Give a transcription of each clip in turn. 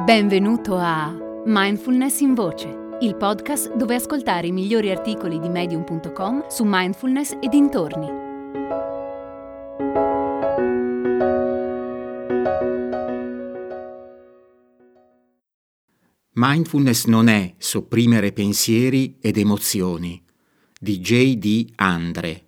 Benvenuto a Mindfulness in Voce, il podcast dove ascoltare i migliori articoli di Medium.com su mindfulness e dintorni. Mindfulness non è sopprimere pensieri ed emozioni, di J.D. Andre.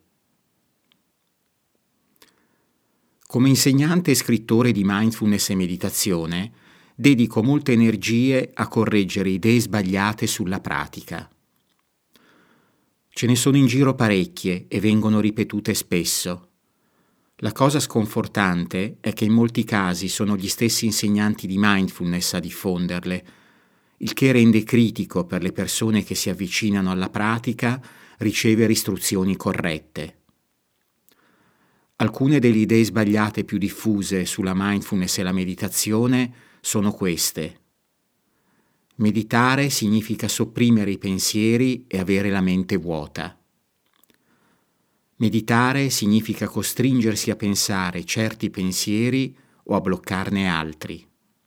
Come insegnante e scrittore di mindfulness e meditazione, dedico molte energie a correggere idee sbagliate sulla pratica. Ce ne sono in giro parecchie e vengono ripetute spesso. La cosa sconfortante è che in molti casi sono gli stessi insegnanti di mindfulness a diffonderle, il che rende critico per le persone che si avvicinano alla pratica ricevere istruzioni corrette. Alcune delle idee sbagliate più diffuse sulla mindfulness e la meditazione sono queste. Meditare significa sopprimere i pensieri e avere la mente vuota. Meditare significa costringersi a pensare certi pensieri o a bloccarne altri.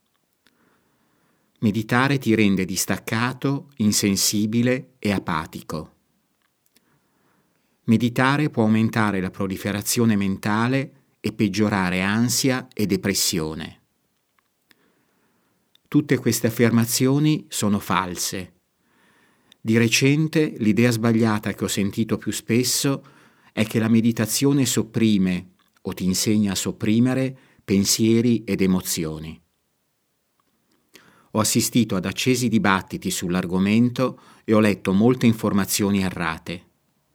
Meditare ti rende distaccato, insensibile e apatico. Meditare può aumentare la proliferazione mentale e peggiorare ansia e depressione. Tutte queste affermazioni sono false. Di recente l'idea sbagliata che ho sentito più spesso è che la meditazione sopprime o ti insegna a sopprimere pensieri ed emozioni. Ho assistito ad accesi dibattiti sull'argomento e ho letto molte informazioni errate.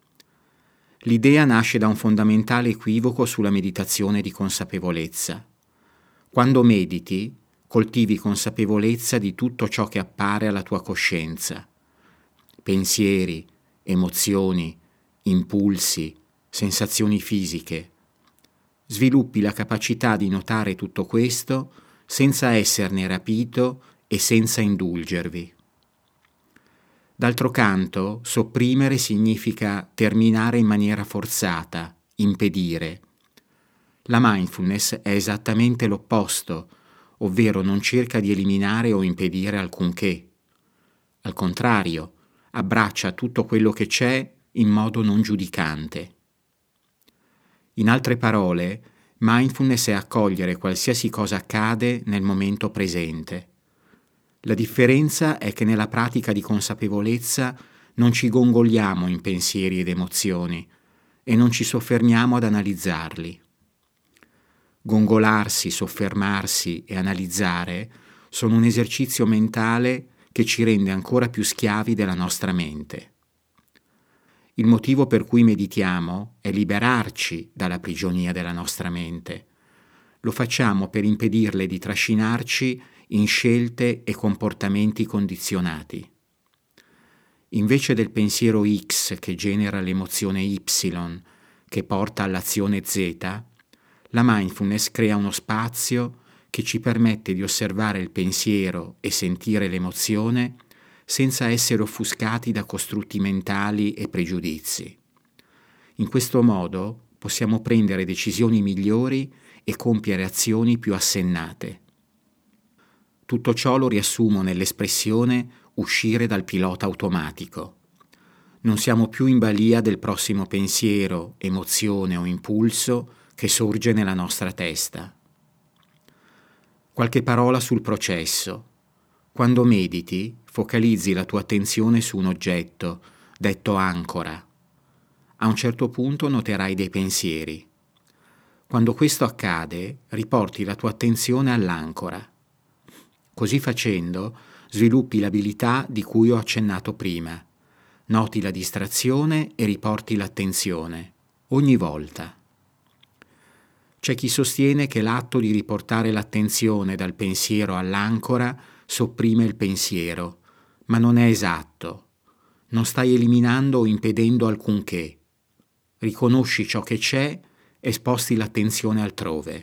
L'idea nasce da un fondamentale equivoco sulla meditazione di consapevolezza. Quando mediti, coltivi consapevolezza di tutto ciò che appare alla tua coscienza. Pensieri, emozioni, impulsi, sensazioni fisiche. Sviluppi la capacità di notare tutto questo senza esserne rapito e senza indulgervi. D'altro canto, sopprimere significa terminare in maniera forzata, impedire. La mindfulness è esattamente l'opposto, ovvero non cerca di eliminare o impedire alcunché. Al contrario, abbraccia tutto quello che c'è in modo non giudicante. In altre parole, mindfulness è accogliere qualsiasi cosa accade nel momento presente. La differenza è che nella pratica di consapevolezza non ci gongoliamo in pensieri ed emozioni e non ci soffermiamo ad analizzarli. Gongolarsi, soffermarsi e analizzare sono un esercizio mentale che ci rende ancora più schiavi della nostra mente. Il motivo per cui meditiamo è liberarci dalla prigionia della nostra mente. Lo facciamo per impedirle di trascinarci in scelte e comportamenti condizionati. Invece del pensiero X che genera l'emozione Y che porta all'azione Z, la mindfulness crea uno spazio che ci permette di osservare il pensiero e sentire l'emozione senza essere offuscati da costrutti mentali e pregiudizi. In questo modo possiamo prendere decisioni migliori e compiere azioni più assennate. Tutto ciò lo riassumo nell'espressione uscire dal pilota automatico. Non siamo più in balia del prossimo pensiero, emozione o impulso che sorge nella nostra testa. Qualche parola sul processo. Quando mediti, focalizzi la tua attenzione su un oggetto, detto ancora. A un certo punto noterai dei pensieri. Quando questo accade, riporti la tua attenzione all'ancora. Così facendo, sviluppi l'abilità di cui ho accennato prima. Noti la distrazione e riporti l'attenzione, ogni volta. C'è chi sostiene che l'atto di riportare l'attenzione dal pensiero all'ancora sopprime il pensiero, ma non è esatto. Non stai eliminando o impedendo alcunché. Riconosci ciò che c'è e sposti l'attenzione altrove.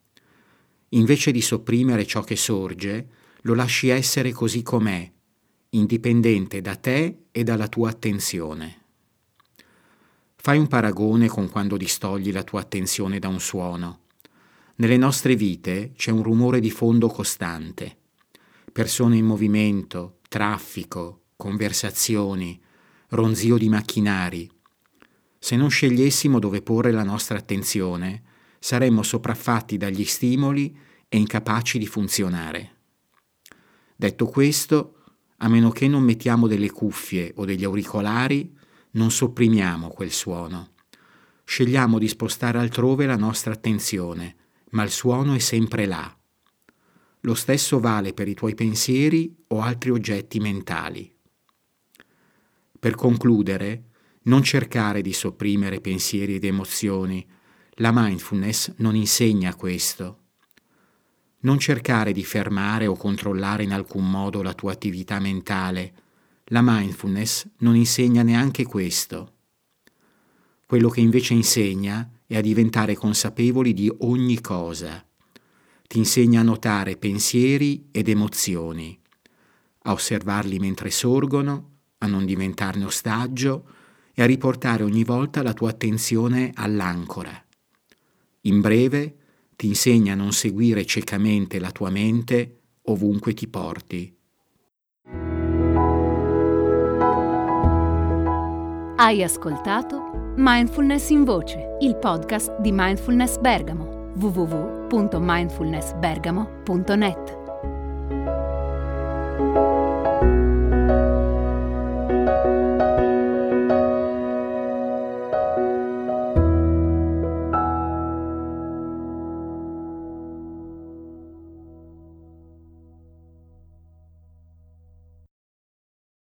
Invece di sopprimere ciò che sorge, lo lasci essere così com'è, indipendente da te e dalla tua attenzione. Fai un paragone con quando distogli la tua attenzione da un suono. Nelle nostre vite c'è un rumore di fondo costante. persone in movimento, traffico, conversazioni, ronzio di macchinari. Se non scegliessimo dove porre la nostra attenzione, saremmo sopraffatti dagli stimoli e incapaci di funzionare. Detto questo, a meno che non mettiamo delle cuffie o degli auricolari, non sopprimiamo quel suono. Scegliamo di spostare altrove la nostra attenzione, ma il suono è sempre là. Lo stesso vale per i tuoi pensieri o altri oggetti mentali. Per concludere, non cercare di sopprimere pensieri ed emozioni. La mindfulness non insegna questo. Non cercare di fermare o controllare in alcun modo la tua attività mentale. La mindfulness non insegna neanche questo. Quello che invece insegna è a diventare consapevoli di ogni cosa. Ti insegna a notare pensieri ed emozioni, a osservarli mentre sorgono, a non diventarne ostaggio e a riportare ogni volta la tua attenzione all'ancora. In breve, ti insegna a non seguire ciecamente la tua mente ovunque ti porti. Hai ascoltato Mindfulness in Voce, il podcast di Mindfulness Bergamo, www.mindfulnessbergamo.net.